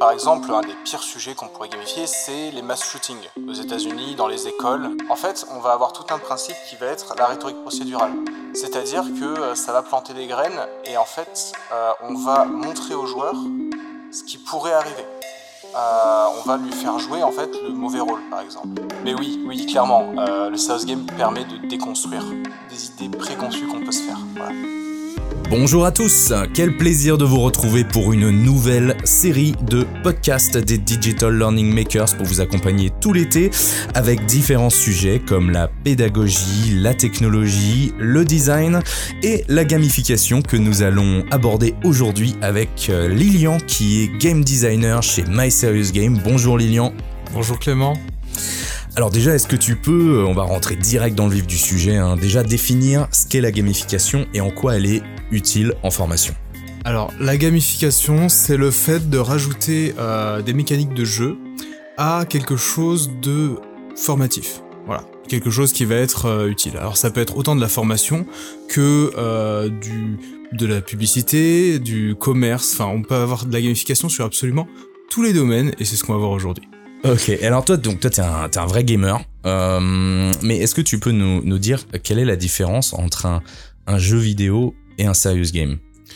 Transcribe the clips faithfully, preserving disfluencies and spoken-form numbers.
Par exemple, un des pires sujets qu'on pourrait gamifier, c'est les mass shootings aux États-Unis, dans les écoles. En fait, on va avoir tout un principe qui va être la rhétorique procédurale. C'est-à-dire que euh, ça va planter des graines et en fait, euh, on va montrer aux joueurs ce qui pourrait arriver. Euh, on va lui faire jouer en fait le mauvais rôle, par exemple. Mais oui, oui, clairement, euh, le serious game permet de déconstruire des idées préconçues qu'on peut se faire. Voilà. Bonjour à tous, quel plaisir de vous retrouver pour une nouvelle série de podcasts des Digital Learning Makers pour vous accompagner tout l'été avec différents sujets comme la pédagogie, la technologie, le design et la gamification que nous allons aborder aujourd'hui avec Lilian qui est game designer chez My Serious Game. Bonjour Lilian. Bonjour Clément. Alors déjà, est-ce que tu peux, on va rentrer direct dans le vif du sujet, hein, déjà définir ce qu'est la gamification et en quoi elle est utile en formation? Alors la gamification, c'est le fait de rajouter euh, des mécaniques de jeu à quelque chose de formatif. Voilà, quelque chose qui va être euh, utile. Alors ça peut être autant de la formation que euh, du de la publicité, du commerce. Enfin, on peut avoir de la gamification sur absolument tous les domaines et c'est ce qu'on va voir aujourd'hui. Ok, alors toi, donc toi t'es un, t'es un vrai gamer, euh, mais est-ce que tu peux nous, nous dire quelle est la différence entre un, un jeu vidéo et un serious game?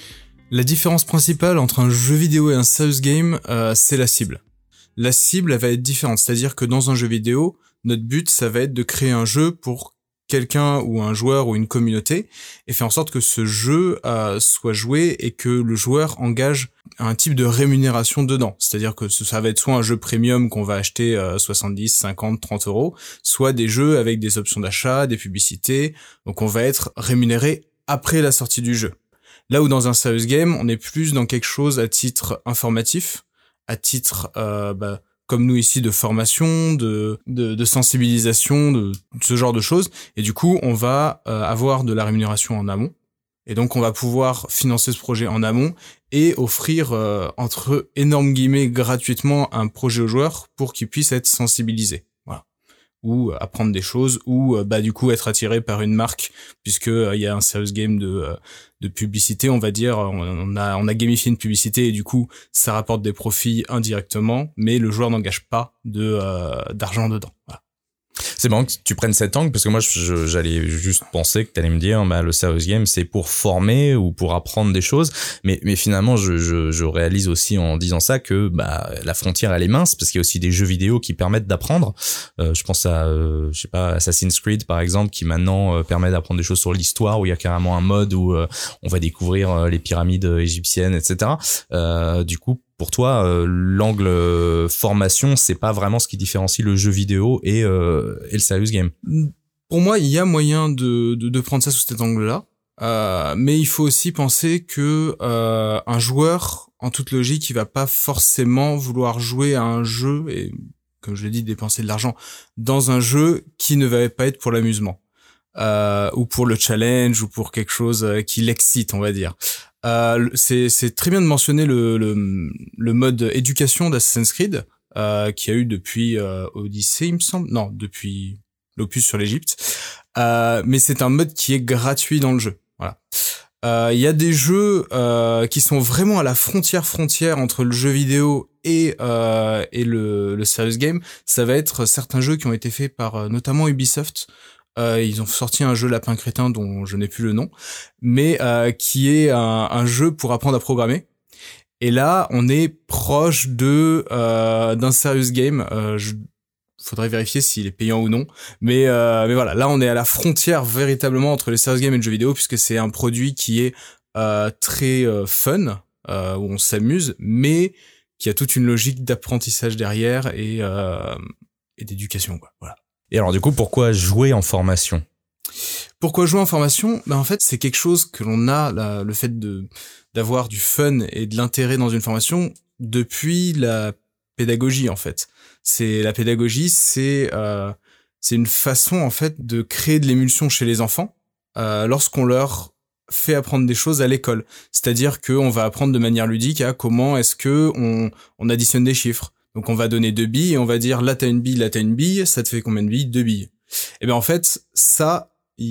La différence principale entre un jeu vidéo et un serious game, euh, c'est la cible. La cible, elle va être différente, c'est-à-dire que dans un jeu vidéo, notre but, ça va être de créer un jeu pour quelqu'un ou un joueur ou une communauté et faire en sorte que ce jeu euh, soit joué et que le joueur engage un type de rémunération dedans. C'est-à-dire que ça va être soit un jeu premium qu'on va acheter euh, soixante-dix, cinquante, trente euros, soit des jeux avec des options d'achat, des publicités. Donc on va être rémunéré après la sortie du jeu. Là où dans un serious game, on est plus dans quelque chose à titre informatif, à titre euh, bah, comme nous ici de formation, de, de, de sensibilisation, de, de ce genre de choses. Et du coup, on va euh, avoir de la rémunération en amont. Et donc, on va pouvoir financer ce projet en amont et offrir, euh, entre énormes guillemets, gratuitement un projet aux joueurs pour qu'ils puissent être sensibilisés. Voilà. Ou apprendre des choses, ou bah du coup être attiré par une marque, puisque il euh, y a un serious game de euh, de publicité, on va dire, on a on a gamifié une publicité et du coup ça rapporte des profits indirectement, mais le joueur n'engage pas de euh, d'argent dedans. Voilà. C'est marrant que tu prennes cet angle parce que moi je, j'allais juste penser que t'allais me dire bah le serious game c'est pour former ou pour apprendre des choses, mais mais finalement je je, je réalise aussi en disant ça que bah la frontière elle est mince parce qu'il y a aussi des jeux vidéo qui permettent d'apprendre. Euh, je pense à euh, je sais pas Assassin's Creed par exemple qui maintenant euh, permet d'apprendre des choses sur l'histoire où il y a carrément un mode où euh, on va découvrir euh, les pyramides égyptiennes et cetera. Euh, du coup pour toi, euh, l'angle euh, formation, c'est pas vraiment ce qui différencie le jeu vidéo et, euh, et le serious game. Pour moi, il y a moyen de, de, de prendre ça sous cet angle-là, euh, mais il faut aussi penser que euh, un joueur, en toute logique, il va pas forcément vouloir jouer à un jeu et, comme je l'ai dit, dépenser de l'argent dans un jeu qui ne va pas être pour l'amusement euh, ou pour le challenge ou pour quelque chose qui l'excite, on va dire. Euh, c'est, c'est très bien de mentionner le, le, le mode éducation d'Assassin's Creed, euh, qui a eu depuis euh, Odyssey, il me semble. Non, depuis l'opus sur l'Égypte. Euh, mais c'est un mode qui est gratuit dans le jeu. Voilà. Euh, il y a des jeux euh, qui sont vraiment à la frontière frontière entre le jeu vidéo et euh, et le, le serious game. Ça va être certains jeux qui ont été faits par euh, notamment Ubisoft. Euh, ils ont sorti un jeu Lapin Crétin dont je n'ai plus le nom, mais euh, qui est un, un jeu pour apprendre à programmer. Et là, on est proche de euh, d'un serious game. Euh, je, faudrait vérifier s'il est payant ou non, mais euh, mais voilà, là on est à la frontière véritablement entre le serious game et le jeu vidéo puisque c'est un produit qui est euh, très euh, fun, euh, où on s'amuse, mais qui a toute une logique d'apprentissage derrière et euh, et d'éducation, quoi. Voilà. Et alors du coup, pourquoi jouer en formation? Pourquoi jouer en formation? Ben en fait, c'est quelque chose que l'on a, la, le fait de d'avoir du fun et de l'intérêt dans une formation depuis la pédagogie en fait. C'est la pédagogie, c'est euh, c'est une façon en fait de créer de l'émulsion chez les enfants euh, lorsqu'on leur fait apprendre des choses à l'école. C'est-à-dire que on va apprendre de manière ludique à comment est-ce que on on additionne des chiffres. Donc on va donner deux billes et on va dire là t'as une bille, là t'as une bille, ça te fait combien de billes? Deux billes. Et ben en fait, ça,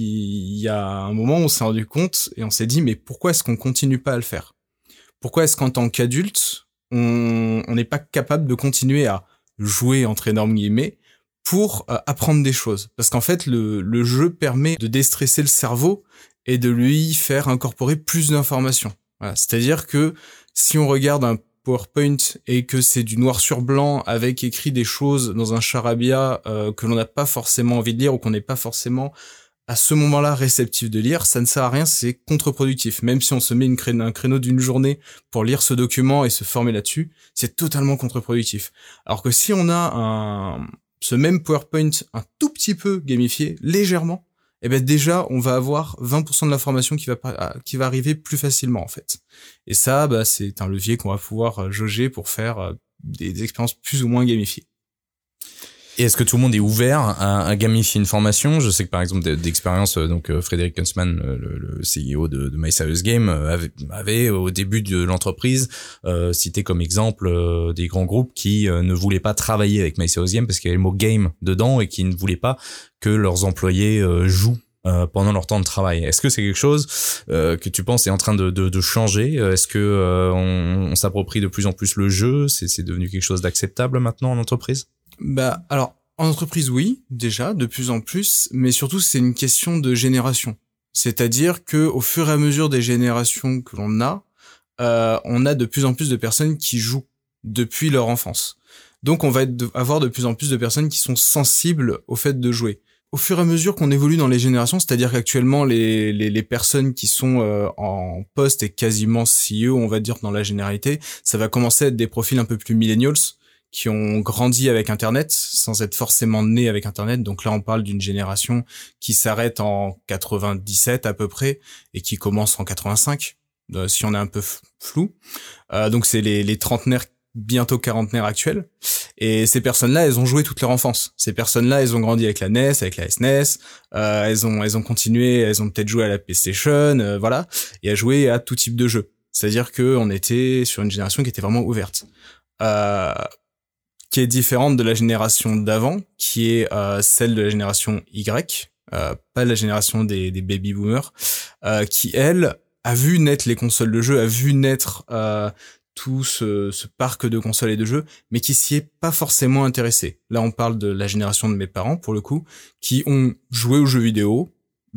il y a un moment où on s'est rendu compte et on s'est dit mais pourquoi est-ce qu'on continue pas à le faire? Pourquoi est-ce qu'en tant qu'adulte, on on n'est pas capable de continuer à jouer entre énormes guillemets pour euh, apprendre des choses. Parce qu'en fait, le, le jeu permet de déstresser le cerveau et de lui faire incorporer plus d'informations. Voilà. C'est-à-dire que si on regarde un PowerPoint et que c'est du noir sur blanc avec écrit des choses dans un charabia euh, que l'on n'a pas forcément envie de lire ou qu'on n'est pas forcément à ce moment-là réceptif de lire, ça ne sert à rien, c'est contre-productif. Même si on se met une cré- un créneau d'une journée pour lire ce document et se former là-dessus, c'est totalement contre-productif. Alors que si on a un ce même PowerPoint un tout petit peu gamifié, légèrement, eh ben déjà, on va avoir vingt pour cent de l'information qui va qui va arriver plus facilement, en fait. Et ça, bah, c'est un levier qu'on va pouvoir jauger pour faire des, des expériences plus ou moins gamifiées. Et est-ce que tout le monde est ouvert à, à gamifier une formation? Je sais que par exemple d'expérience, donc Frédéric Kunzmann, le, le C E O de, de My Serious Game, avait, avait au début de l'entreprise euh, cité comme exemple euh, des grands groupes qui euh, ne voulaient pas travailler avec My Serious Game parce qu'il y avait le mot game dedans et qui ne voulaient pas que leurs employés euh, jouent Euh, pendant leur temps de travail. Est-ce que c'est quelque chose euh, que tu penses est en train de, de, de changer? Est-ce que euh, on, on s'approprie de plus en plus le jeu? C'est, c'est devenu quelque chose d'acceptable maintenant en entreprise? Bah alors en entreprise oui, déjà de plus en plus, mais surtout c'est une question de génération. C'est-à-dire que au fur et à mesure des générations que l'on a, euh, on a de plus en plus de personnes qui jouent depuis leur enfance. Donc on va être de, avoir de plus en plus de personnes qui sont sensibles au fait de jouer. Au fur et à mesure qu'on évolue dans les générations, c'est-à-dire qu'actuellement les les, les personnes qui sont euh, en poste et quasiment C E O, on va dire dans la généralité, ça va commencer à être des profils un peu plus millennials qui ont grandi avec Internet sans être forcément nés avec Internet. Donc là, on parle d'une génération qui s'arrête en quatre-vingt-dix-sept à peu près et qui commence en quatre-vingt-cinq, euh, si on est un peu f- flou. Euh, donc c'est les les trentenaires, bientôt quarantenaires actuels. Et ces personnes-là, elles ont joué toute leur enfance. Ces personnes-là, elles ont grandi avec la N E S, avec la S N E S. Euh, elles ont, elles ont continué, elles ont peut-être joué à la PlayStation, euh, voilà, et à jouer à tout type de jeu. C'est-à-dire que on était sur une génération qui était vraiment ouverte, euh, qui est différente de la génération d'avant, qui est euh, celle de la génération Y, euh, pas la génération des, des baby boomers, euh, qui elle a vu naître les consoles de jeu, a vu naître euh, tout ce, ce parc de consoles et de jeux, mais qui s'y est pas forcément intéressé. Là, on parle de la génération de mes parents, pour le coup, qui ont joué aux jeux vidéo,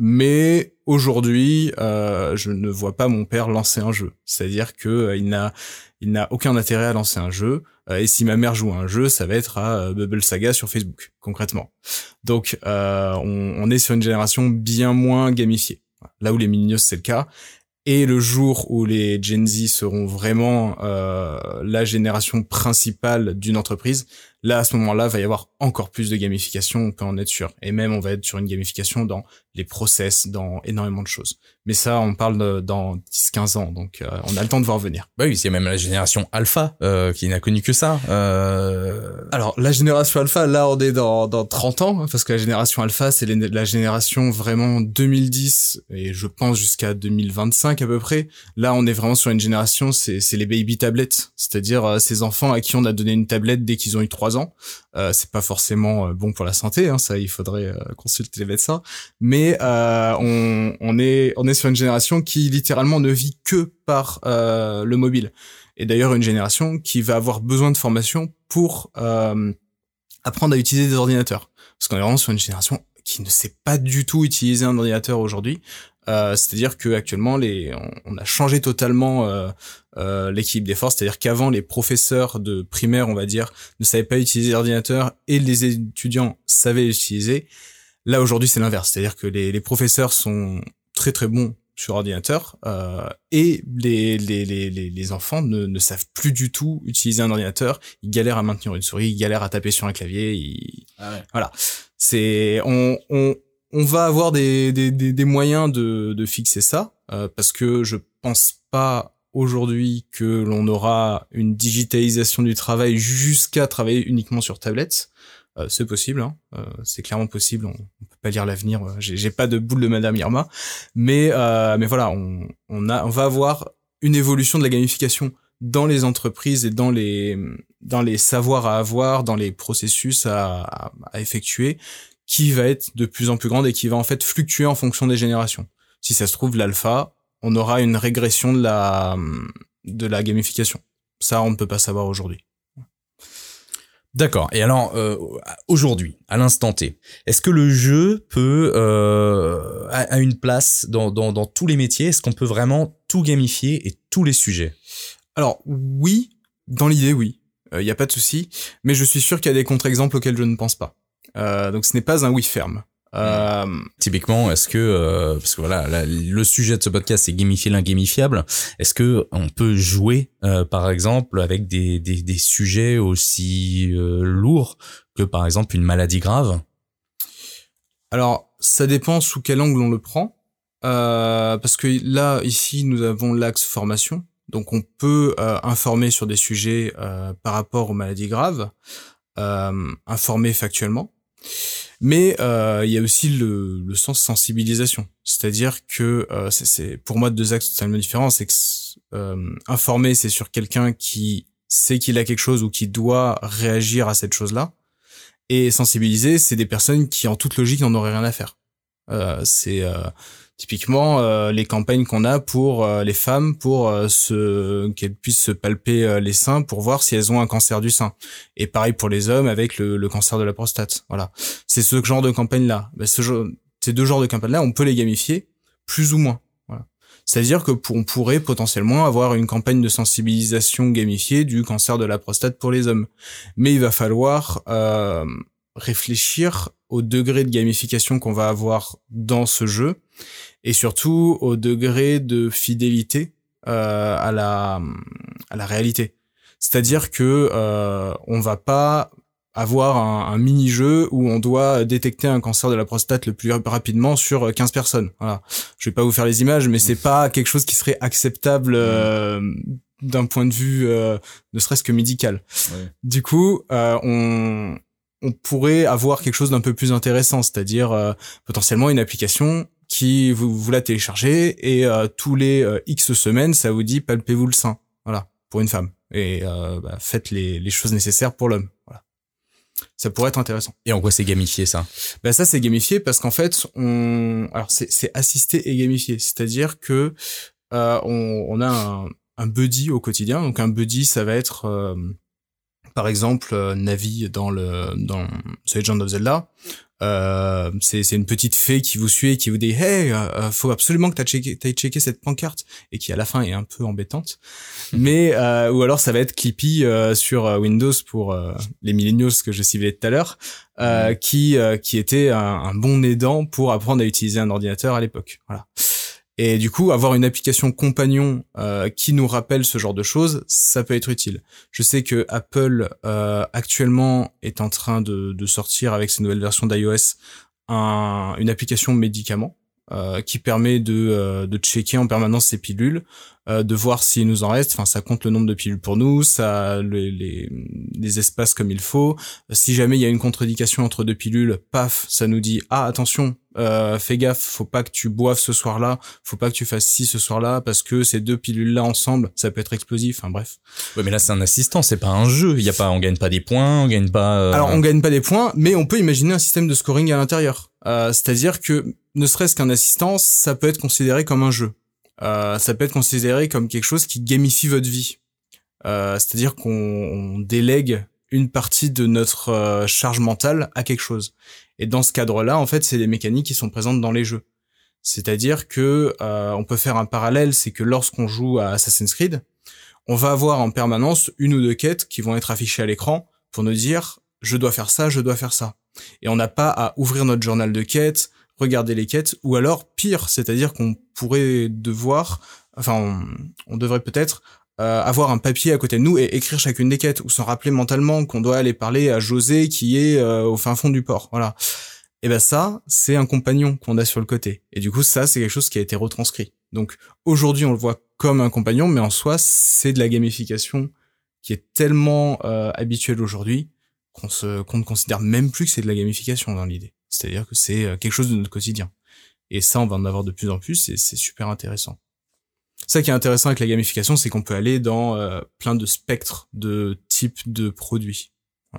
mais aujourd'hui, euh, je ne vois pas mon père lancer un jeu. C'est-à-dire que euh, il n'a, il n'a aucun intérêt à lancer un jeu. Euh, et si ma mère joue à un jeu, ça va être à euh, Bubble Saga sur Facebook, concrètement. Donc, euh, on, on est sur une génération bien moins gamifiée. Là où les millennials, c'est le cas. Et le jour où les Gen Z seront vraiment euh, la génération principale d'une entreprise, là, à ce moment-là, il va y avoir encore plus de gamification, on peut en être sûr. Et même, on va être sur une gamification dans les process, dans énormément de choses. Mais ça, on parle de, dans dix quinze ans, donc euh, on a le temps de voir venir. Bah oui, c'est même la génération alpha euh, qui n'a connu que ça. Euh... Alors, la génération alpha, là, on est dans, dans trente ans, hein, parce que la génération alpha, c'est les, la génération vraiment deux mille dix, et je pense jusqu'à deux mille vingt-cinq à peu près. Là, on est vraiment sur une génération, c'est, c'est les baby tablettes, c'est-à-dire euh, ces enfants à qui on a donné une tablette dès qu'ils ont eu trois ans. Euh, c'est pas forcément euh, bon pour la santé, hein, ça, il faudrait euh, consulter les médecins. Mais euh, on, on est, on est sur une génération qui littéralement ne vit que par euh, le mobile. Et d'ailleurs, une génération qui va avoir besoin de formation pour euh, apprendre à utiliser des ordinateurs. Parce qu'on est vraiment sur une génération qui ne sait pas du tout utiliser un ordinateur aujourd'hui. Euh, c'est-à-dire que actuellement, les, on, on a changé totalement euh, euh, l'équilibre des forces. C'est-à-dire qu'avant, les professeurs de primaire, on va dire, ne savaient pas utiliser l'ordinateur et les étudiants savaient l'utiliser. Là, aujourd'hui, c'est l'inverse. C'est-à-dire que les, les professeurs sont très très bons sur ordinateur euh, et les, les les les les enfants ne ne savent plus du tout utiliser un ordinateur. Ils galèrent à maintenir une souris, ils galèrent à taper sur un clavier. Ils... Ah ouais. Voilà. C'est on on on va avoir des des des, des moyens de de fixer ça euh, parce que je pense pas aujourd'hui que l'on aura une digitalisation du travail jusqu'à travailler uniquement sur tablette. Euh, c'est possible, hein. euh, c'est clairement possible. On, on peut pas lire l'avenir. J'ai, j'ai pas de boule de Madame Irma, mais euh, mais voilà, on, on a, on va avoir une évolution de la gamification dans les entreprises et dans les dans les savoirs à avoir, dans les processus à, à, à effectuer, qui va être de plus en plus grande et qui va en fait fluctuer en fonction des générations. Si ça se trouve, l'alpha, on aura une régression de la de la gamification. Ça, on ne peut pas savoir aujourd'hui. D'accord. Et alors, euh, aujourd'hui, à l'instant T, est-ce que le jeu peut euh, a, a une place dans, dans, dans tous les métiers? Est-ce qu'on peut vraiment tout gamifier et tous les sujets? Alors, oui, dans l'idée, oui. Il euh, n'y a pas de souci. Mais je suis sûr qu'il y a des contre-exemples auxquels je ne pense pas. Euh, donc, ce n'est pas un oui ferme. Euh... Typiquement, est-ce que euh, parce que voilà, la, le sujet de ce podcast c'est gamifier l'ingamifiable. Est-ce que on peut jouer, euh, par exemple, avec des des, des sujets aussi euh, lourds que par exemple une maladie grave? Alors, ça dépend sous quel angle on le prend. Euh, parce que là, ici, nous avons l'axe formation, donc on peut euh, informer sur des sujets euh, par rapport aux maladies graves, euh, informer factuellement. Mais euh, il y a aussi le, le sens sensibilisation, c'est-à-dire que euh, c'est, c'est pour moi deux axes totalement différents. C'est que euh, informer, c'est sur quelqu'un qui sait qu'il a quelque chose ou qui doit réagir à cette chose-là, et sensibiliser, c'est des personnes qui en toute logique n'en auraient rien à faire. Euh, c'est euh, typiquement euh, les campagnes qu'on a pour euh, les femmes, pour euh, se qu'elles puissent se palper euh, les seins pour voir si elles ont un cancer du sein. Et pareil pour les hommes avec le, le cancer de la prostate. Voilà, c'est ce genre de campagne là. Ben, ce genre, ces deux genres de campagnes là, on peut les gamifier plus ou moins. Voilà. C'est-à-dire que pour, on pourrait potentiellement avoir une campagne de sensibilisation gamifiée du cancer de la prostate pour les hommes, mais il va falloir euh, réfléchir au degré de gamification qu'on va avoir dans ce jeu et surtout au degré de fidélité euh, à la à la réalité. C'est-à-dire que euh, on va pas avoir un, un mini-jeu où on doit détecter un cancer de la prostate le plus rapidement sur quinze personnes. Voilà. Je vais pas vous faire les images, mais c'est pas quelque chose qui serait acceptable euh, d'un point de vue euh, ne serait-ce que médical. Ouais. Du coup, euh, on on pourrait avoir quelque chose d'un peu plus intéressant, c'est-à-dire euh, potentiellement une application qui vous, vous la téléchargez et euh, tous les euh, X semaines, ça vous dit palpez-vous le sein, voilà, pour une femme, et euh, bah, faites les, les choses nécessaires pour l'homme, voilà. Ça pourrait être intéressant. Et en quoi c'est gamifié ça? Bah ça c'est gamifié parce qu'en fait on, alors c'est, c'est assisté et gamifié, c'est-à-dire que euh, on, on a un, un buddy au quotidien, donc un buddy ça va être euh, par exemple, euh, Navi dans le dans The Legend of Zelda, euh, c'est c'est une petite fée qui vous suit et qui vous dit hey, euh, faut absolument que t'as checké t'ailles checker cette pancarte et qui à la fin est un peu embêtante. Mais euh, ou alors ça va être Clippy euh, sur Windows pour euh, les millennials que je ciblais tout à l'heure, euh, mmh. qui euh, qui était un, un bon aidant pour apprendre à utiliser un ordinateur à l'époque. Voilà. Et du coup, avoir une application compagnon euh, qui nous rappelle ce genre de choses, ça peut être utile. Je sais que Apple euh, actuellement est en train de, de sortir avec ses nouvelles versions d'iOS un, une application médicament euh, qui permet de, euh, de checker en permanence ses pilules, euh, de voir s'il nous en reste. Enfin, ça compte le nombre de pilules pour nous, ça les, les, les espaces comme il faut. Si jamais il y a une contre-indication entre deux pilules, paf, ça nous dit ah attention. Euh, fais gaffe, faut pas que tu boives ce soir-là, faut pas que tu fasses ci ce soir-là, parce que ces deux pilules-là ensemble, ça peut être explosif, enfin bref. Ouais, mais là c'est un assistant, c'est pas un jeu, il y a pas, on gagne pas des points, on gagne pas... Euh... Alors on gagne pas des points, mais on peut imaginer un système de scoring à l'intérieur. Euh, c'est-à-dire que, ne serait-ce qu'un assistant, ça peut être considéré comme un jeu. Euh, ça peut être considéré comme quelque chose qui gamifie votre vie. Euh, c'est-à-dire qu'on on délègue une partie de notre euh, charge mentale à quelque chose. Et dans ce cadre-là, en fait, c'est des mécaniques qui sont présentes dans les jeux. C'est-à-dire que euh, on peut faire un parallèle, c'est que lorsqu'on joue à Assassin's Creed, on va avoir en permanence une ou deux quêtes qui vont être affichées à l'écran pour nous dire « je dois faire ça, je dois faire ça ». Et on n'a pas à ouvrir notre journal de quêtes, regarder les quêtes, ou alors pire, c'est-à-dire qu'on pourrait devoir, enfin, on, on devrait peut-être Euh, avoir un papier à côté de nous et écrire chacune des quêtes, ou s'en rappeler mentalement qu'on doit aller parler à José qui est euh, au fin fond du port. Voilà. Et ben ça, c'est un compagnon qu'on a sur le côté. Et du coup, ça, c'est quelque chose qui a été retranscrit. Donc aujourd'hui, on le voit comme un compagnon, mais en soi, c'est de la gamification qui est tellement euh, habituelle aujourd'hui qu'on se qu'on ne considère même plus que c'est de la gamification dans l'idée. C'est-à-dire que c'est quelque chose de notre quotidien. Et ça, on va en avoir de plus en plus et c'est super intéressant. Ça qui est intéressant avec la gamification, c'est qu'on peut aller dans euh, plein de spectres de types de produits.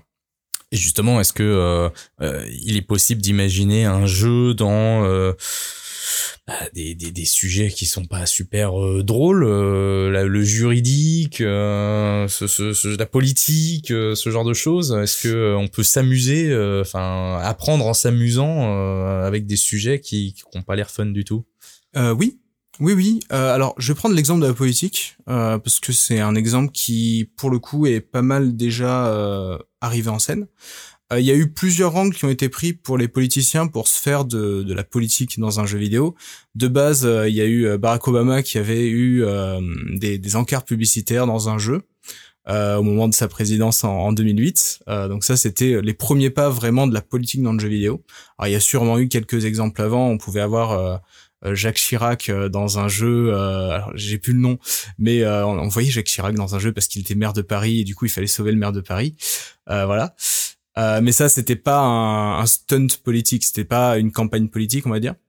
Et justement, est-ce que euh, euh, il est possible d'imaginer un jeu dans euh, des, des des sujets qui sont pas super euh, drôles, euh, la, le juridique, euh, ce, ce, ce, la politique, euh, ce genre de choses. Est-ce que euh, on peut s'amuser, enfin euh, apprendre en s'amusant euh, avec des sujets qui qui ont pas l'air fun du tout? Euh, oui. Oui, oui. Euh, alors, je vais prendre l'exemple de la politique, euh, parce que c'est un exemple qui, pour le coup, est pas mal déjà euh, arrivé en scène. Il y a eu plusieurs angles qui ont été pris pour les politiciens pour se faire de, de la politique dans un jeu vidéo. De base, il euh, y a eu Barack Obama qui avait eu euh, des, des encarts publicitaires dans un jeu euh, au moment de sa présidence en, en deux mille huit. Euh, donc ça, c'était les premiers pas vraiment de la politique dans le jeu vidéo. Alors, il y a sûrement eu quelques exemples avant. On pouvait avoir euh, Jacques Chirac dans un jeu. Euh, alors, j'ai plus le nom, mais euh, on voyait Jacques Chirac dans un jeu parce qu'il était maire de Paris et du coup, il fallait sauver le maire de Paris. Euh, voilà. Euh, mais ça, c'était pas un, un stunt politique, c'était pas une campagne politique, on va dire.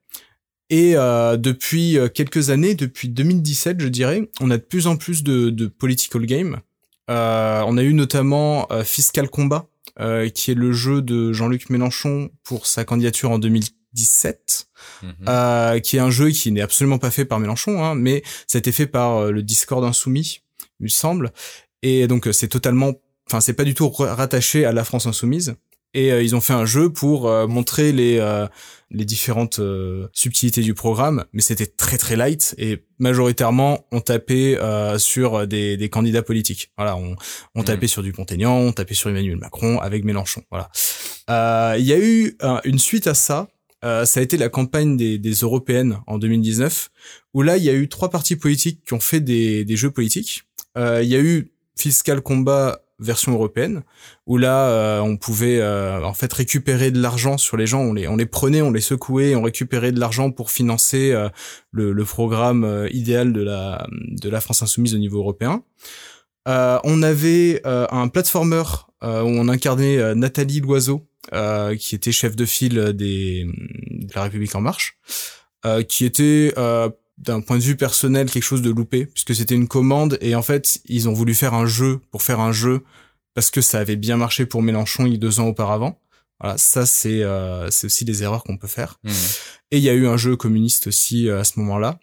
Et euh, depuis quelques années, depuis deux mille dix-sept, je dirais, on a de plus en plus de, de political games. Euh, on a eu notamment euh, Fiscal Combat, euh, qui est le jeu de Jean-Luc Mélenchon pour sa candidature en deux mille dix-sept, mmh. euh, qui est un jeu qui n'est absolument pas fait par Mélenchon, hein, mais ça a été fait par euh, le Discord Insoumis, il me semble. Et donc, c'est totalement Enfin, c'est pas du tout rattaché à la France Insoumise. Et euh, ils ont fait un jeu pour euh, montrer les euh, les différentes euh, subtilités du programme, mais c'était très très light et majoritairement on tapait euh, sur des des candidats politiques. Voilà, on on tapait mmh. sur Dupont-Aignan, on tapait sur Emmanuel Macron avec Mélenchon. Voilà. Euh, il y a eu euh, une suite à ça. Euh, ça a été la campagne des, des européennes en deux mille dix-neuf, où là il y a eu trois partis politiques qui ont fait des des jeux politiques. Euh, il y a eu Fiscal Combat version européenne, où là euh, on pouvait euh, en fait récupérer de l'argent sur les gens, on les on les prenait, on les secouait, on récupérait de l'argent pour financer euh, le, le programme euh, idéal de la de la France Insoumise au niveau européen. Euh, on avait euh, un platformer euh, où on incarnait euh, Nathalie Loiseau, euh, qui était chef de file des de la République en marche, euh, qui était euh, d'un point de vue personnel quelque chose de loupé, puisque c'était une commande et en fait ils ont voulu faire un jeu pour faire un jeu parce que ça avait bien marché pour Mélenchon il y a deux ans auparavant. Voilà, ça c'est euh, c'est aussi des erreurs qu'on peut faire. Mmh. Et il y a eu un jeu communiste aussi euh, à ce moment-là.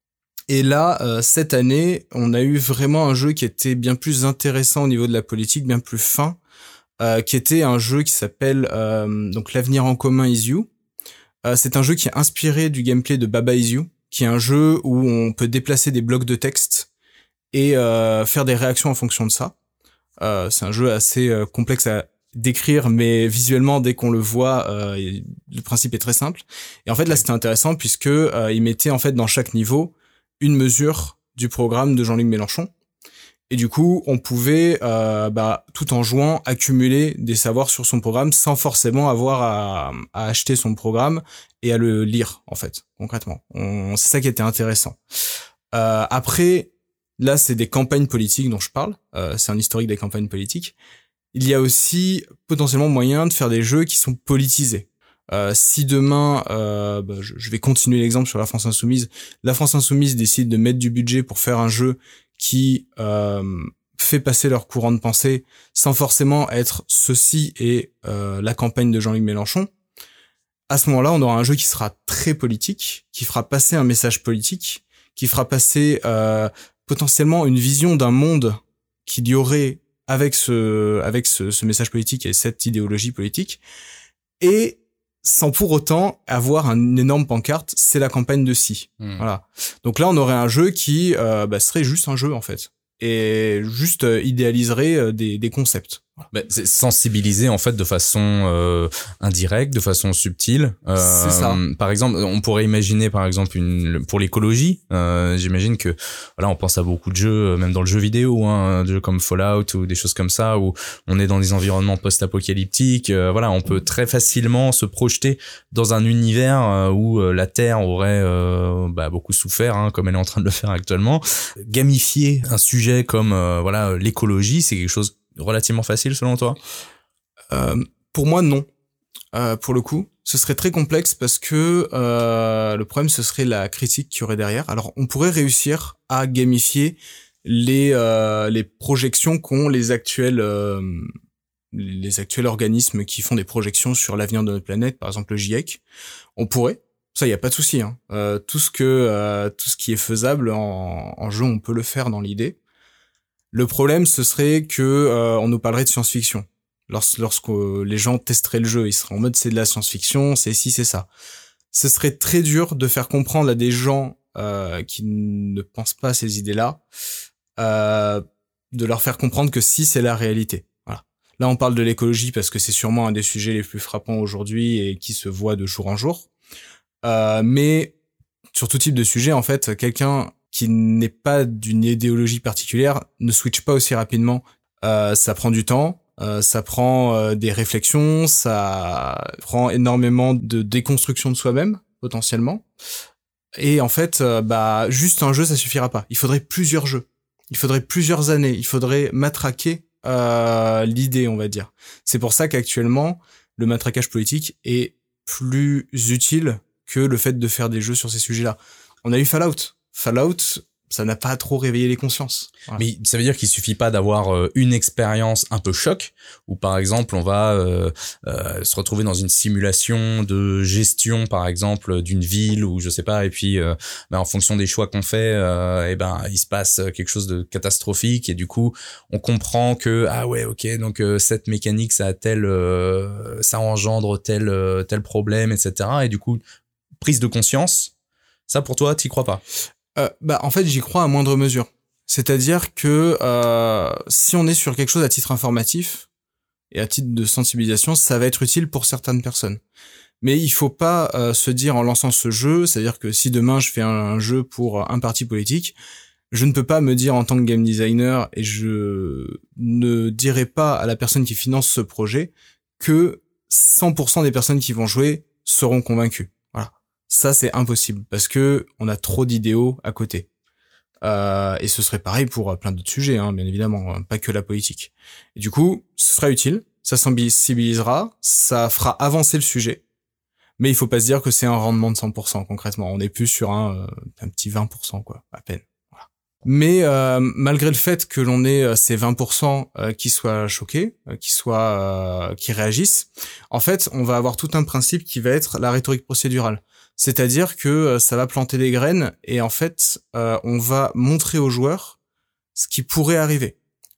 Et là, euh, cette année, on a eu vraiment un jeu qui était bien plus intéressant au niveau de la politique, bien plus fin, euh, qui était un jeu qui s'appelle euh, donc L'avenir en commun is you. Euh, c'est un jeu qui est inspiré du gameplay de Baba Is You, qui est un jeu où on peut déplacer des blocs de texte et euh, faire des réactions en fonction de ça. Euh, c'est un jeu assez euh, complexe à décrire, mais visuellement, dès qu'on le voit, euh, le principe est très simple. Et en fait, là, c'était intéressant puisque euh, il mettait en fait dans chaque niveau une mesure du programme de Jean-Luc Mélenchon. Et du coup, on pouvait, euh, bah, tout en jouant, accumuler des savoirs sur son programme sans forcément avoir à, à acheter son programme et à le lire, en fait, concrètement. On, c'est ça qui était intéressant. Euh, après, là, c'est des campagnes politiques dont je parle. Euh, c'est un historique des campagnes politiques. Il y a aussi potentiellement moyen de faire des jeux qui sont politisés. Euh, si demain, euh, bah, je, je vais continuer l'exemple sur la France Insoumise, la France Insoumise décide de mettre du budget pour faire un jeu qui euh, fait passer leur courant de pensée sans forcément être ceci et euh, la campagne de Jean-Luc Mélenchon, à ce moment-là, on aura un jeu qui sera très politique, qui fera passer un message politique, qui fera passer euh, potentiellement une vision d'un monde qu'il y aurait avec ce avec ce, ce message politique et cette idéologie politique, et sans pour autant avoir une énorme pancarte, c'est la campagne de si. Mmh. Voilà. Donc là, on aurait un jeu qui euh, bah, serait juste un jeu, en fait. Et juste euh, idéaliserait euh, des, des concepts. Bah, c'est sensibiliser en fait de façon euh, indirecte, de façon subtile. Euh, c'est ça. Par exemple, on pourrait imaginer par exemple une pour l'écologie. Euh, j'imagine que voilà, on pense à beaucoup de jeux, même dans le jeu vidéo, hein, des jeux comme Fallout ou des choses comme ça, où on est dans des environnements post-apocalyptiques. Euh, voilà, on peut très facilement se projeter dans un univers euh, où euh, la Terre aurait euh, bah, beaucoup souffert, hein, comme elle est en train de le faire actuellement. Gamifier un sujet comme euh, voilà l'écologie, c'est quelque chose relativement facile selon toi? euh, Pour moi, non. Euh, pour le coup, ce serait très complexe parce que euh, le problème, ce serait la critique qu'il y aurait derrière. Alors, on pourrait réussir à gamifier les euh, les projections qu'ont les actuels euh, les actuels organismes qui font des projections sur l'avenir de notre planète, par exemple le GIEC. On pourrait. Ça, y a pas de souci. Hein. Euh, tout ce que euh, tout ce qui est faisable en, en jeu, on peut le faire dans l'idée. Le problème, ce serait que euh, on nous parlerait de science-fiction. Lors, lorsque les gens testeraient le jeu, ils seraient en mode c'est de la science-fiction, c'est ci, c'est ça. Ce serait très dur de faire comprendre à des gens euh, qui ne pensent pas à ces idées-là, euh, de leur faire comprendre que si c'est la réalité. Voilà. Là, on parle de l'écologie parce que c'est sûrement un des sujets les plus frappants aujourd'hui et qui se voit de jour en jour. Euh, mais sur tout type de sujet, en fait, quelqu'un qui n'est pas d'une idéologie particulière ne switch pas aussi rapidement. Euh, ça prend du temps, euh, ça prend euh, des réflexions, ça prend énormément de déconstruction de soi-même, potentiellement. Et en fait, euh, bah juste un jeu, ça suffira pas. Il faudrait plusieurs jeux. Il faudrait plusieurs années. Il faudrait matraquer euh, l'idée, on va dire. C'est pour ça qu'actuellement, le matraquage politique est plus utile que le fait de faire des jeux sur ces sujets-là. On a eu Fallout. Fallout, ça n'a pas trop réveillé les consciences. Voilà. Mais ça veut dire qu'il suffit pas d'avoir euh, une expérience un peu choc, où par exemple on va euh, euh, se retrouver dans une simulation de gestion par exemple d'une ville ou je sais pas, et puis euh, ben, en fonction des choix qu'on fait, euh, et ben il se passe quelque chose de catastrophique et du coup on comprend que ah ouais ok donc euh, cette mécanique ça a tel euh, ça engendre tel euh, tel problème et cetera et du coup prise de conscience. Ça pour toi t'y crois pas? Euh, bah en fait j'y crois à moindre mesure. C'est-à-dire que euh, si on est sur quelque chose à titre informatif et à titre de sensibilisation, ça va être utile pour certaines personnes. Mais il faut pas euh, se dire en lançant ce jeu, c'est-à-dire que si demain je fais un, un jeu pour un parti politique, je ne peux pas me dire en tant que game designer et je ne dirai pas à la personne qui finance ce projet que cent pour cent des personnes qui vont jouer seront convaincues. Voilà. Ça, c'est impossible parce que on a trop d'idéaux à côté. Euh, et ce serait pareil pour plein d'autres sujets, hein, bien évidemment, pas que la politique. Et du coup, ce sera utile, ça sensibilisera, ça fera avancer le sujet, mais il faut pas se dire que c'est un rendement de cent pour cent concrètement. On est plus sur un, un petit vingt pour cent, quoi, à peine. Voilà. Mais euh, malgré le fait que l'on ait ces vingt pour cent euh, qui soient choqués, euh, qui soient, euh, qui réagissent, en fait, on va avoir tout un principe qui va être la rhétorique procédurale. C'est-à-dire que euh, ça va planter des graines et en fait, euh, on va montrer au joueur ce qui pourrait arriver.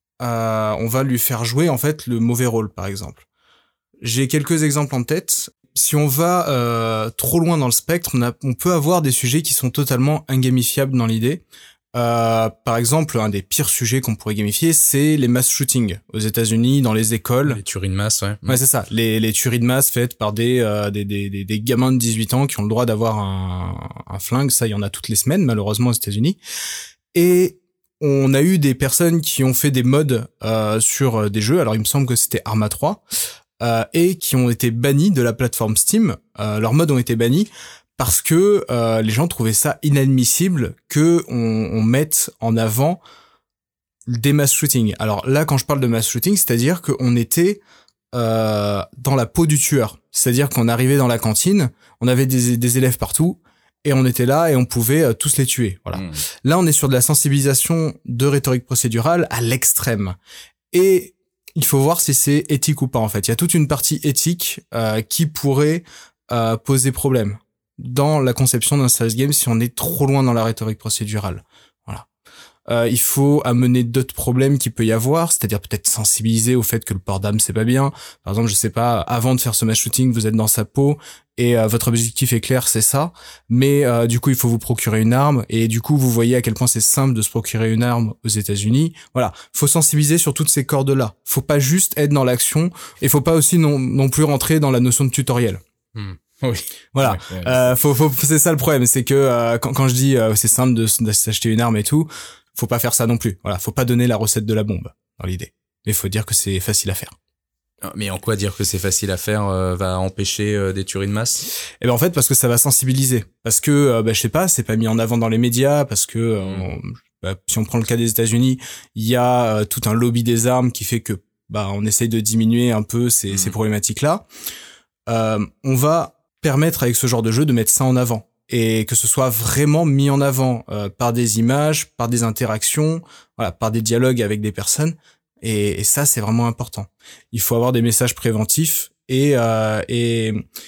Euh, on va lui faire jouer en fait le mauvais rôle, par exemple. J'ai quelques exemples en tête. Si on va euh, trop loin dans le spectre, on, a, on peut avoir des sujets qui sont totalement ingamifiables dans l'idée. Euh, par exemple, un des pires sujets qu'on pourrait gamifier, c'est les mass shootings aux États-Unis, dans les écoles. Les tueries de masse, ouais. Ouais, c'est ça. Les, les tueries de masse faites par des, euh, des, des, des, des gamins de dix-huit ans qui ont le droit d'avoir un, un flingue. Ça, il y en a toutes les semaines, malheureusement, aux États-Unis. Et on a eu des personnes qui ont fait des mods euh, sur des jeux. Alors, il me semble que c'était Arma trois. Euh, et qui ont été bannis de la plateforme Steam. Euh, leurs mods ont été bannis parce que euh, les gens trouvaient ça inadmissible que on, on mette en avant des mass shootings. Alors là, quand je parle de mass shooting, c'est-à-dire qu'on était euh, dans la peau du tueur. C'est-à-dire qu'on arrivait dans la cantine, on avait des, des élèves partout, et on était là et on pouvait euh, tous les tuer. Voilà. Mmh. Là, on est sur de la sensibilisation de rhétorique procédurale à l'extrême. Et il faut voir si c'est éthique ou pas, en fait. Il y a toute une partie éthique euh, qui pourrait euh, poser problème dans la conception d'un sales game si on est trop loin dans la rhétorique procédurale. Voilà. Euh, il faut amener d'autres problèmes qu'il peut y avoir, c'est-à-dire peut-être sensibiliser au fait que le port d'armes c'est pas bien. Par exemple, je sais pas, avant de faire ce mass shooting, vous êtes dans sa peau et euh, votre objectif est clair, c'est ça. Mais euh, du coup, il faut vous procurer une arme et du coup, vous voyez à quel point c'est simple de se procurer une arme aux États-Unis. Voilà, faut sensibiliser sur toutes ces cordes-là. Faut pas juste être dans l'action et faut pas aussi non non plus rentrer dans la notion de tutoriel. Hmm. Oui. Voilà. Ouais, ouais. Euh, faut, faut, c'est ça le problème, c'est que euh, quand, quand je dis euh, c'est simple de, de s'acheter une arme et tout, faut pas faire ça non plus. Voilà, faut pas donner la recette de la bombe dans l'idée. Mais faut dire que c'est facile à faire. Mais en quoi dire que c'est facile à faire euh, va empêcher euh, des tueries de masse? Eh ben en fait parce que ça va sensibiliser. Parce que euh, bah, je sais pas, c'est pas mis en avant dans les médias. Parce que euh, on, bah, si on prend le cas des États-Unis, il y a euh, tout un lobby des armes qui fait que bah on essaye de diminuer un peu ces, mmh. ces problématiques-là. Euh, on va permettre avec ce genre de jeu de mettre ça en avant et que ce soit vraiment mis en avant euh, par des images, par des interactions, voilà, par des dialogues avec des personnes et, et ça c'est vraiment important. Il faut avoir des messages préventifs et euh, et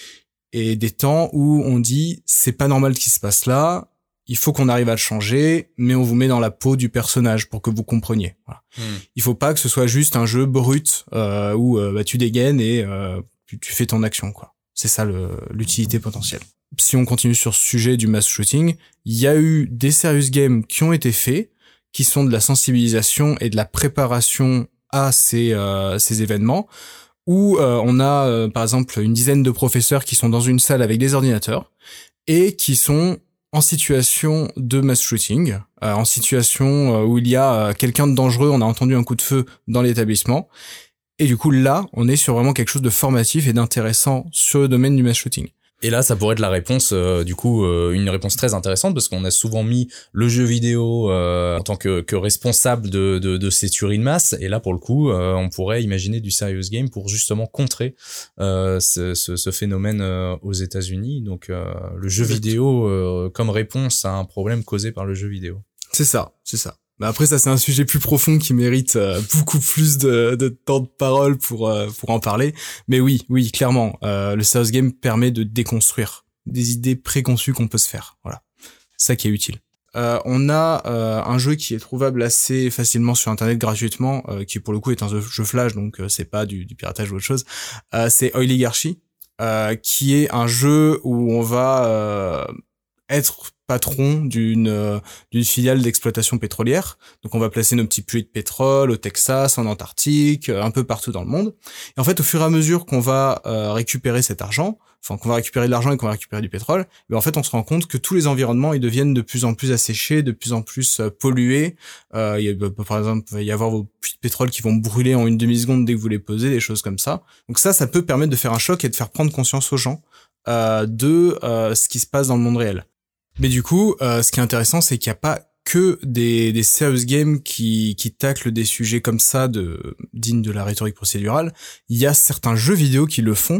et des temps où on dit c'est pas normal ce qui se passe là, il faut qu'on arrive à le changer, mais on vous met dans la peau du personnage pour que vous compreniez. Voilà. Mmh. Il faut pas que ce soit juste un jeu brut euh, où euh, bah, tu dégaines et euh, tu, tu fais ton action, quoi. C'est ça le, l'utilité potentielle. Si on continue sur ce sujet du mass shooting, il y a eu des serious games qui ont été faits, qui sont de la sensibilisation et de la préparation à ces, euh, ces événements, où euh, on a euh, par exemple une dizaine de professeurs qui sont dans une salle avec des ordinateurs et qui sont en situation de mass shooting, euh, en situation euh, où il y a euh, quelqu'un de dangereux, on a entendu un coup de feu dans l'établissement. Et du coup, là, on est sur vraiment quelque chose de formatif et d'intéressant sur le domaine du mass shooting. Et là, ça pourrait être la réponse, euh, du coup, euh, une réponse très intéressante parce qu'on a souvent mis le jeu vidéo euh, en tant que, que responsable de, de, de ces tueries de masse. Et là, pour le coup, euh, on pourrait imaginer du serious game pour justement contrer euh, ce, ce, ce phénomène euh, aux États-Unis. Donc, euh, le jeu vidéo euh, comme réponse à un problème causé par le jeu vidéo. C'est ça, c'est ça. Mais après, ça, c'est un sujet plus profond qui mérite euh, beaucoup plus de, de temps de parole pour euh, pour en parler. Mais oui, oui, clairement, euh, le serious game permet de déconstruire des idées préconçues qu'on peut se faire. Voilà, c'est ça qui est utile. Euh, on a euh, un jeu qui est trouvable assez facilement sur Internet gratuitement, euh, qui pour le coup est un jeu flash, donc euh, c'est pas du, du piratage ou autre chose. Euh, c'est Oligarchy, euh, qui est un jeu où on va euh, être patron d'une euh, d'une filiale d'exploitation pétrolière. Donc on va placer nos petits puits de pétrole au Texas, en Antarctique, un peu partout dans le monde. Et en fait, au fur et à mesure qu'on va euh, récupérer cet argent, enfin qu'on va récupérer de l'argent et qu'on va récupérer du pétrole, mais en fait, on se rend compte que tous les environnements ils deviennent de plus en plus asséchés, de plus en plus euh, pollués. Euh, il y a, bah, par exemple, il va y avoir vos puits de pétrole qui vont brûler en une demi-seconde dès que vous les posez, des choses comme ça. Donc ça, ça peut permettre de faire un choc et de faire prendre conscience aux gens euh, de euh, ce qui se passe dans le monde réel. Mais du coup, euh, ce qui est intéressant, c'est qu'il n'y a pas que des, des serious games qui, qui taclent des sujets comme ça, de, dignes de la rhétorique procédurale. Il y a certains jeux vidéo qui le font.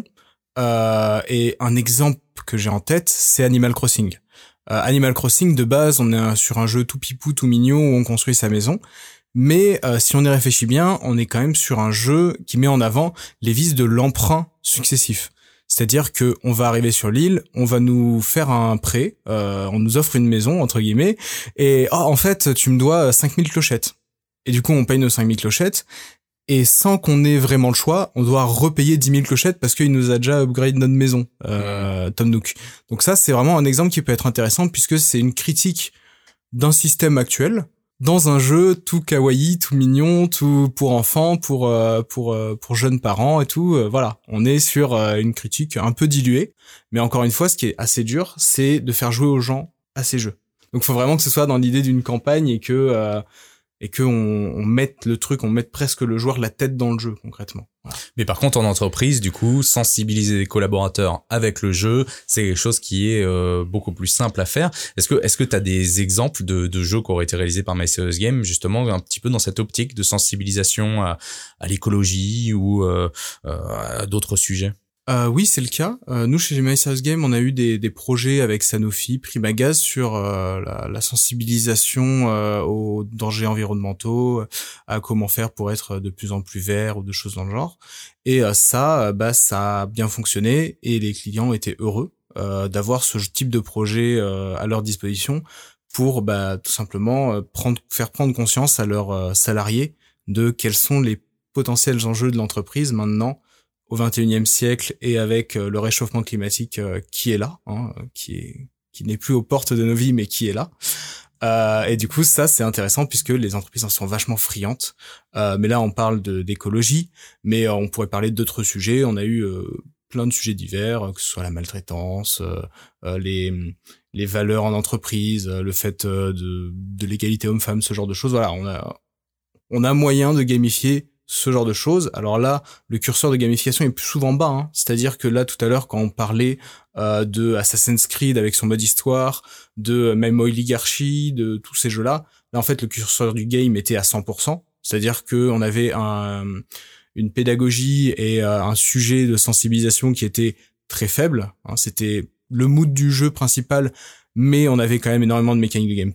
Euh, et un exemple que j'ai en tête, c'est Animal Crossing. Euh, Animal Crossing, de base, on est sur un jeu tout pipou, tout mignon, où on construit sa maison. Mais euh, si on y réfléchit bien, on est quand même sur un jeu qui met en avant les vices de l'emprunt successif. C'est-à-dire que on va arriver sur l'île, on va nous faire un prêt, euh, on nous offre une maison entre guillemets, et oh, en fait tu me dois cinq mille clochettes. Et du coup on paye nos cinq mille clochettes, et sans qu'on ait vraiment le choix, on doit repayer dix mille clochettes parce qu'il nous a déjà upgrade notre maison, euh, Tom Nook. Donc ça c'est vraiment un exemple qui peut être intéressant puisque c'est une critique d'un système actuel dans un jeu tout kawaii, tout mignon, tout pour enfants, pour euh, pour euh, pour jeunes parents et tout. Euh, voilà, on est sur euh, une critique un peu diluée, mais encore une fois, ce qui est assez dur, c'est de faire jouer aux gens à ces jeux. Donc, il faut vraiment que ce soit dans l'idée d'une campagne et que euh, et que on, on mette le truc, on mette presque le joueur la tête dans le jeu concrètement. Voilà. Mais par contre, en entreprise, du coup, sensibiliser les collaborateurs avec le jeu, c'est quelque chose qui est euh, beaucoup plus simple à faire. Est-ce que est-ce que t'as des exemples de, de jeux qui auraient été réalisés par My Serious Game, justement un petit peu dans cette optique de sensibilisation à, à l'écologie ou euh, euh, à d'autres sujets? Euh, oui, c'est le cas. Euh, nous, chez My Serious Game, on a eu des, des projets avec Sanofi, Primagaz sur euh, la, la sensibilisation euh, aux dangers environnementaux, à comment faire pour être de plus en plus vert ou de choses dans le genre. Et euh, ça, bah, ça a bien fonctionné et les clients étaient heureux euh, d'avoir ce type de projet euh, à leur disposition pour bah, tout simplement euh, prendre, faire prendre conscience à leurs euh, salariés de quels sont les potentiels enjeux de l'entreprise maintenant au vingt et unième siècle et avec euh, le réchauffement climatique euh, qui est là, hein, qui est qui n'est plus aux portes de nos vies mais qui est là. Euh, et du coup ça c'est intéressant puisque les entreprises en sont vachement friandes. Euh, mais là on parle de d'écologie, mais euh, on pourrait parler d'autres sujets. On a eu euh, plein de sujets divers, que ce soit la maltraitance, euh, euh, les les valeurs en entreprise, le fait euh, de de l'égalité homme-femme, ce genre de choses. Voilà, on a on a moyen de gamifier ce genre de choses. Alors là, le curseur de gamification est plus souvent bas, hein. C'est-à-dire que là, tout à l'heure, quand on parlait euh, de Assassin's Creed avec son mode histoire, de même Oligarchy, de tous ces jeux-là, là, en fait, le curseur du game était à cent pour cent. C'est-à-dire que on avait un, une pédagogie et euh, un sujet de sensibilisation qui était très faible, hein. C'était le mood du jeu principal, mais on avait quand même énormément de mécaniques de gameplay.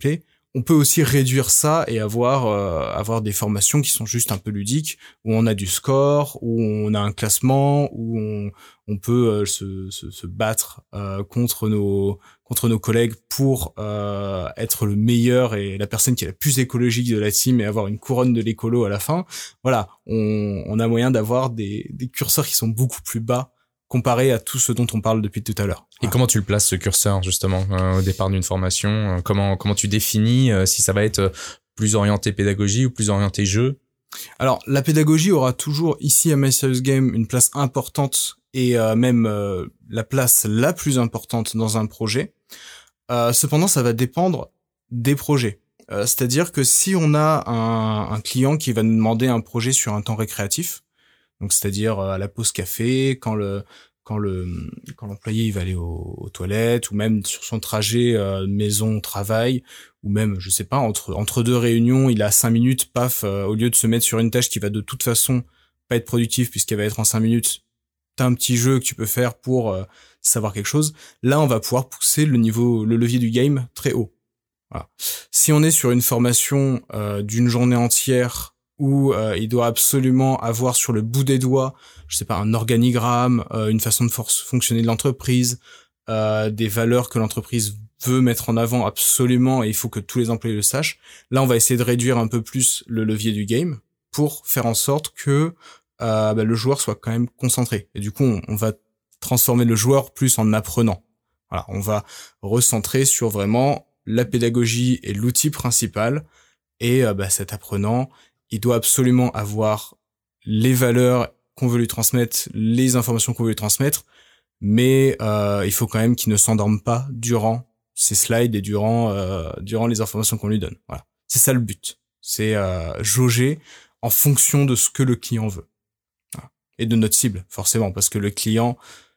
on peut aussi réduire ça et avoir euh, avoir des formations qui sont juste un peu ludiques, où on a du score, où on a un classement, où on on peut euh, se, se se battre euh, contre nos contre nos collègues pour euh, être le meilleur et la personne qui est la plus écologique de la team et avoir une couronne de l'écolo à la fin. Voilà, on on a moyen d'avoir des des curseurs qui sont beaucoup plus bas comparé à tout ce dont on parle depuis tout à l'heure. Et Voilà. comment tu le places, ce curseur, justement, euh, au départ d'une formation? euh, Comment comment tu définis euh, si ça va être plus orienté pédagogie ou plus orienté jeu? Alors, la pédagogie aura toujours, ici à My Serious Game, une place importante et euh, même euh, la place la plus importante dans un projet. Euh, cependant, ça va dépendre des projets. Euh, c'est-à-dire que si on a un, un client qui va nous demander un projet sur un temps récréatif, donc c'est-à-dire à la pause café, quand le quand le quand l'employé il va aller aux, aux toilettes, ou même sur son trajet euh, maison travail, ou même je sais pas entre entre deux réunions, il a cinq minutes, paf, euh, au lieu de se mettre sur une tâche qui va de toute façon pas être productive puisqu'elle va être en cinq minutes, t'as un petit jeu que tu peux faire pour euh, savoir quelque chose. Là, on va pouvoir pousser le niveau, le levier du game très haut. Voilà. Si on est sur une formation euh, d'une journée entière où euh, il doit absolument avoir sur le bout des doigts, je sais pas, un organigramme, euh, une façon de force fonctionner de l'entreprise, euh, des valeurs que l'entreprise veut mettre en avant absolument et il faut que tous les employés le sachent. Là, on va essayer de réduire un peu plus le levier du game pour faire en sorte que euh, bah, le joueur soit quand même concentré. Et du coup, on, on va transformer le joueur plus en apprenant. Voilà, on va recentrer sur vraiment la pédagogie et l'outil principal. Et euh, bah, cet apprenant, il doit absolument avoir les valeurs qu'on veut lui transmettre, les informations qu'on veut lui transmettre, mais euh, il faut quand même qu'il ne s'endorme pas durant ces slides et durant euh, durant les informations qu'on lui donne. Voilà, c'est ça le but. C'est euh, jauger en fonction de ce que le client veut. Voilà. Et de notre cible, forcément, parce que le client,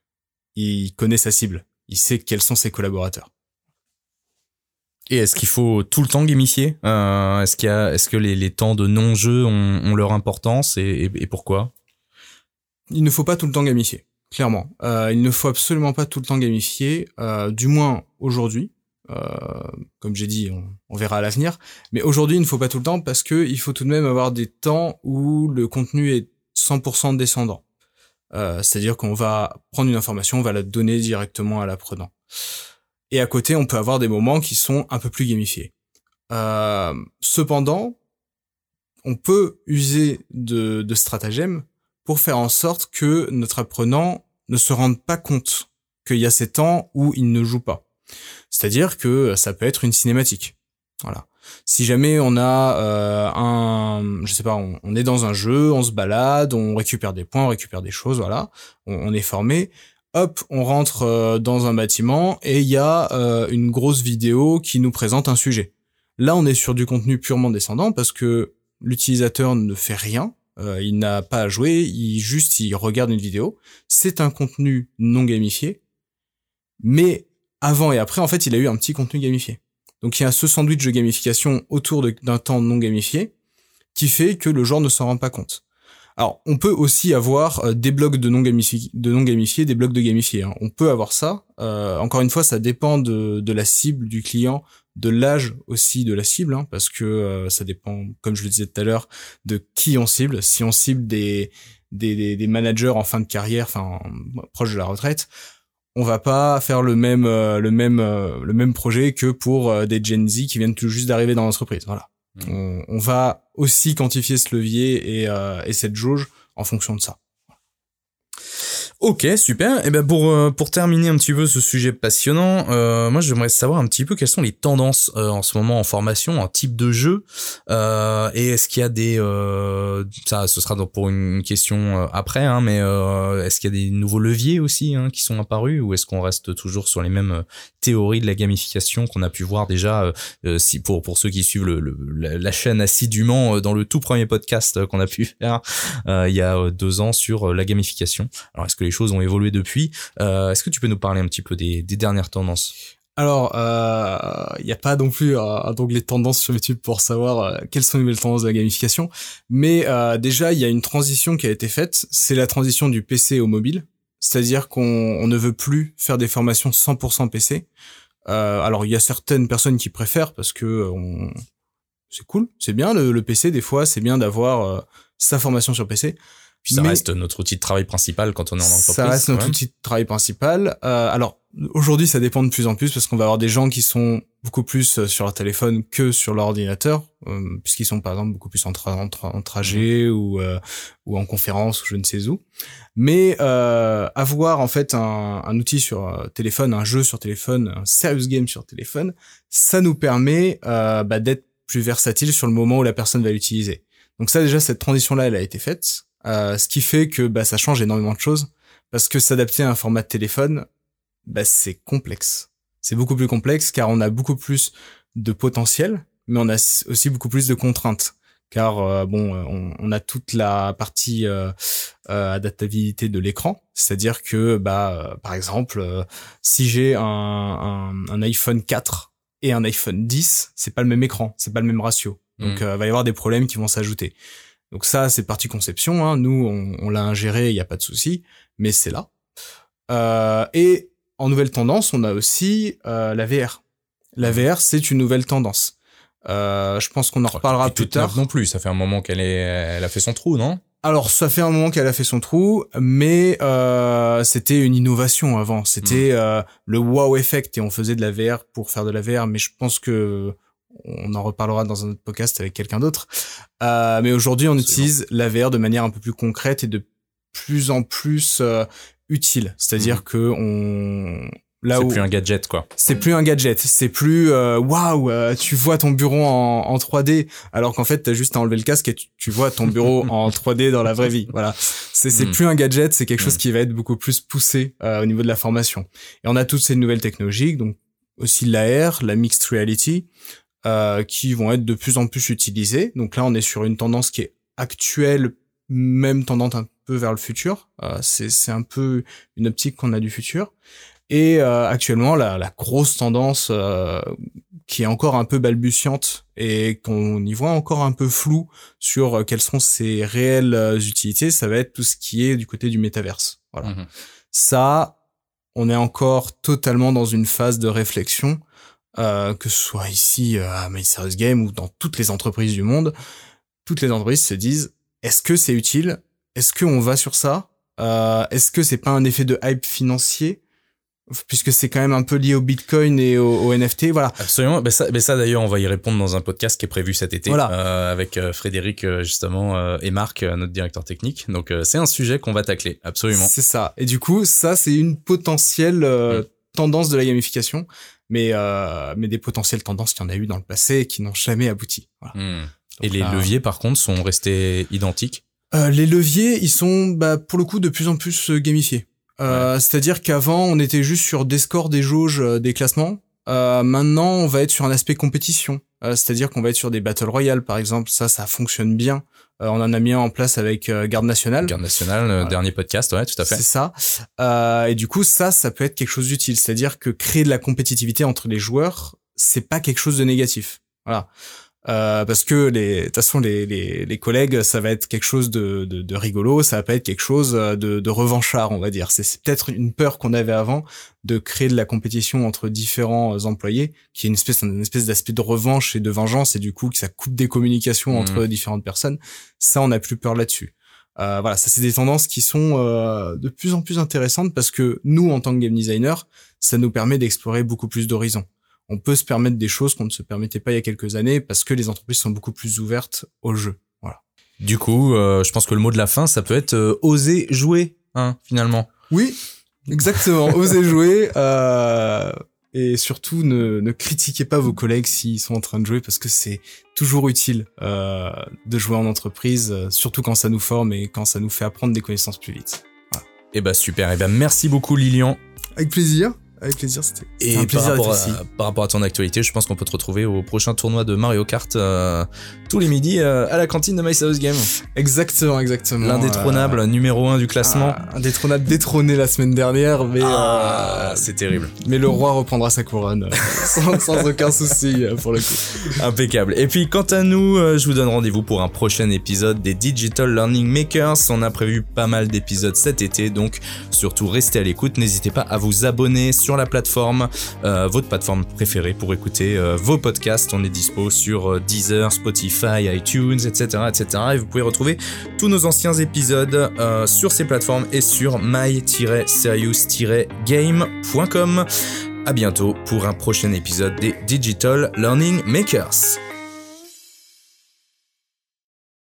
il connaît sa cible, il sait quels sont ses collaborateurs. Et est-ce qu'il faut tout le temps gamifier? euh, Est-ce qu'il y a, est-ce que les, les temps de non-jeu ont, ont leur importance et, et, et pourquoi? Il ne faut pas tout le temps gamifier, clairement. Euh, il ne faut absolument pas tout le temps gamifier, euh, du moins aujourd'hui. Euh, comme j'ai dit, on, on verra à l'avenir. Mais aujourd'hui, il ne faut pas tout le temps parce que il faut tout de même avoir des temps où le contenu est cent pour cent descendant. Euh, c'est-à-dire qu'on va prendre une information, on va la donner directement à l'apprenant. Et à côté, on peut avoir des moments qui sont un peu plus gamifiés. Euh, cependant, on peut user de, de stratagèmes pour faire en sorte que notre apprenant ne se rende pas compte qu'il y a ces temps où il ne joue pas. C'est-à-dire que ça peut être une cinématique. Voilà. Si jamais on a euh, un, je sais pas, on, on est dans un jeu, on se balade, on récupère des points, on récupère des choses, voilà, on, on est formé. Hop, on rentre euh, dans un bâtiment et il y a euh, une grosse vidéo qui nous présente un sujet. Là, on est sur du contenu purement descendant parce que l'utilisateur ne fait rien, euh, il n'a pas à jouer, il juste il regarde une vidéo. C'est un contenu non gamifié, mais avant et après, en fait, il a eu un petit contenu gamifié. Donc, il y a ce sandwich de gamification autour de, d'un temps non gamifié qui fait que le joueur ne s'en rend pas compte. Alors, on peut aussi avoir euh, des blocs de non gamifiés, de non gamifiés, des blocs de gamifiés. Hein. On peut avoir ça. Euh, encore une fois, ça dépend de, de la cible du client, de l'âge aussi de la cible, hein, parce que euh, ça dépend, comme je le disais tout à l'heure, de qui on cible. Si on cible des des, des, des managers en fin de carrière, enfin proche de la retraite, on va pas faire le même euh, le même euh, le même projet que pour euh, des Gen Z qui viennent tout juste d'arriver dans l'entreprise. Voilà. On, on va aussi quantifier ce levier et, euh, et cette jauge en fonction de ça. Ok, super. Et ben pour euh, pour terminer un petit peu ce sujet passionnant, euh, moi j'aimerais savoir un petit peu quelles sont les tendances euh, en ce moment en formation, en type de jeu, euh, et est-ce qu'il y a des euh, ça ce sera donc pour une question euh, après, hein, mais euh, est-ce qu'il y a des nouveaux leviers aussi hein, qui sont apparus ou est-ce qu'on reste toujours sur les mêmes euh, théories de la gamification qu'on a pu voir déjà euh, si pour pour ceux qui suivent le, le la, la chaîne assidûment euh, dans le tout premier podcast euh, qu'on a pu faire euh, il y a euh, deux ans sur euh, la gamification. Alors est-ce que les choses ont évolué depuis. Euh, est-ce que tu peux nous parler un petit peu des, des dernières tendances? Alors, il euh, n'y a pas non plus un, un onglet tendances sur YouTube pour savoir euh, quelles sont les nouvelles tendances de la gamification, mais euh, déjà, il y a une transition qui a été faite, c'est la transition du P C au mobile, c'est-à-dire qu'on on ne veut plus faire des formations cent pour cent P C. Euh, alors il y a certaines personnes qui préfèrent parce que on... c'est cool, c'est bien le, le P C des fois, c'est bien d'avoir euh, sa formation sur P C. Puis ça mais reste notre outil de travail principal quand on est en entreprise. Ça reste notre ouais. outil de travail principal. Euh, alors aujourd'hui, ça dépend de plus en plus parce qu'on va avoir des gens qui sont beaucoup plus sur leur téléphone que sur leur ordinateur, euh, puisqu'ils sont par exemple beaucoup plus en, tra- en, tra- en trajet mmh. ou euh, ou en conférence ou je ne sais où. Mais euh, avoir en fait un, un outil sur euh, téléphone, un jeu sur téléphone, un serious game sur téléphone, ça nous permet euh, bah, d'être plus versatile sur le moment où la personne va l'utiliser. Donc ça déjà, cette transition-là, elle a été faite. Euh, ce qui fait que bah, ça change énormément de choses parce que s'adapter à un format de téléphone, bah, c'est complexe. C'est beaucoup plus complexe car on a beaucoup plus de potentiel, mais on a aussi beaucoup plus de contraintes. Car euh, bon, on, on a toute la partie euh, euh, adaptabilité de l'écran, c'est-à-dire que bah, euh, par exemple, euh, si j'ai un, un, un iPhone quatre et un iPhone dix, c'est pas le même écran, c'est pas le même ratio. Donc, il mmh. euh, va y avoir des problèmes qui vont s'ajouter. Donc ça, c'est partie conception. Hein. Nous, on, on l'a ingéré, il y a pas de souci, mais c'est là. Euh, et en nouvelle tendance, on a aussi euh, la V R. La V R, c'est une nouvelle tendance. Euh, je pense qu'on en reparlera plus tard. Non plus, ça fait un moment qu'elle est, elle a fait son trou, non ? Alors, ça fait un moment qu'elle a fait son trou, mais euh, c'était une innovation avant. C'était mmh. euh, le wow effect et on faisait de la V R pour faire de la V R, mais je pense que on en reparlera dans un autre podcast avec quelqu'un d'autre. Euh, mais aujourd'hui, on Absolument. utilise la V R de manière un peu plus concrète et de plus en plus euh, utile. C'est-à-dire mmh. que on là c'est où plus un gadget quoi. C'est plus un gadget. C'est plus waouh, wow, tu vois ton bureau en, en trois D, alors qu'en fait t'as juste à enlever le casque et tu, tu vois ton bureau en trois D dans la vraie vie. Voilà. C'est c'est mmh. plus un gadget. C'est quelque chose mmh. qui va être beaucoup plus poussé euh, au niveau de la formation. Et on a toutes ces nouvelles technologies, donc aussi l'A R, la mixed reality. Euh, qui vont être de plus en plus utilisés. Donc là, on est sur une tendance qui est actuelle, même tendante un peu vers le futur. Euh, c'est, c'est un peu une optique qu'on a du futur. Et euh, actuellement, la, la grosse tendance euh, qui est encore un peu balbutiante et qu'on y voit encore un peu flou sur euh, quelles seront ses réelles euh, utilités, ça va être tout ce qui est du côté du métaverse. Voilà. Mmh. Ça, on est encore totalement dans une phase de réflexion. Euh, que ce soit ici euh, à My Serious Game ou dans toutes les entreprises du monde, toutes les entreprises se disent est-ce que c'est utile ? Est-ce qu'on va sur ça ? euh, Est-ce que c'est pas un effet de hype financier ? Puisque c'est quand même un peu lié au Bitcoin et au, au N F T, voilà. Absolument. Ben ça, ben ça d'ailleurs, on va y répondre dans un podcast qui est prévu cet été, voilà. euh, avec euh, Frédéric euh, justement euh, et Marc, euh, notre directeur technique. Donc euh, c'est un sujet qu'on va tacler, absolument. C'est ça. Et du coup, ça c'est une potentielle euh, mmh. tendance de la gamification. Mais euh, mais des potentielles tendances qu'il y en a eu dans le passé et qui n'ont jamais abouti. Voilà. Mmh. Et les là, leviers par contre sont restés identiques. Euh, les leviers, ils sont bah pour le coup de plus en plus gamifiés. Euh, ouais. C'est-à-dire qu'avant on était juste sur des scores, des jauges, des classements. Euh, maintenant on va être sur un aspect compétition. Euh, c'est-à-dire qu'on va être sur des battle royale par exemple. Ça, ça fonctionne bien. Euh, on en a mis un en place avec euh, Garde Nationale. Garde Nationale, euh, dernier podcast, ouais, tout à fait. C'est ça. Euh, et du coup, ça, ça peut être quelque chose d'utile. C'est-à-dire que créer de la compétitivité entre les joueurs, c'est pas quelque chose de négatif. Voilà. Euh, parce que les, de toute façon, les, les, les collègues, ça va être quelque chose de, de, de rigolo. Ça va pas être quelque chose de, de revanchard, on va dire. C'est, c'est peut-être une peur qu'on avait avant de créer de la compétition entre différents employés, qui est une espèce, une espèce d'aspect de revanche et de vengeance, et du coup que ça coupe des communications mmh. entre différentes personnes. Ça, on n'a plus peur là-dessus. Euh, voilà, ça c'est des tendances qui sont euh, de plus en plus intéressantes parce que nous, en tant que game designer, ça nous permet d'explorer beaucoup plus d'horizons. On peut se permettre des choses qu'on ne se permettait pas il y a quelques années parce que les entreprises sont beaucoup plus ouvertes au jeu. Voilà. Du coup, euh, je pense que le mot de la fin, ça peut être euh, oser jouer, hein, finalement. Oui, exactement. Oser jouer euh, et surtout ne, ne critiquez pas vos collègues s'ils sont en train de jouer parce que c'est toujours utile euh, de jouer en entreprise, surtout quand ça nous forme et quand ça nous fait apprendre des connaissances plus vite. Voilà. Et bah super. Et bah merci beaucoup Lilian. Avec plaisir. Avec plaisir, c'était, c'était et un plaisir par rapport, d'être ici. À, par rapport à ton actualité, je pense qu'on peut te retrouver au prochain tournoi de Mario Kart euh, tous les midis euh, à la cantine de My Serious Game. Exactement, exactement. L'indétrônable euh, numéro un du classement. Ah, indétrônable détrôné la semaine dernière, mais ah, euh, c'est terrible. Mais le roi reprendra sa couronne sans, sans aucun souci pour le coup. Impeccable. Et puis quant à nous, euh, je vous donne rendez-vous pour un prochain épisode des Digital Learning Makers. On a prévu pas mal d'épisodes cet été, donc surtout restez à l'écoute. N'hésitez pas à vous abonner sur sur la plateforme, euh, votre plateforme préférée pour écouter euh, vos podcasts. On est dispo sur euh, Deezer, Spotify, iTunes, et cetera, et cetera. Et vous pouvez retrouver tous nos anciens épisodes euh, sur ces plateformes et sur my tiret serious tiret game point com. À bientôt pour un prochain épisode des Digital Learning Makers.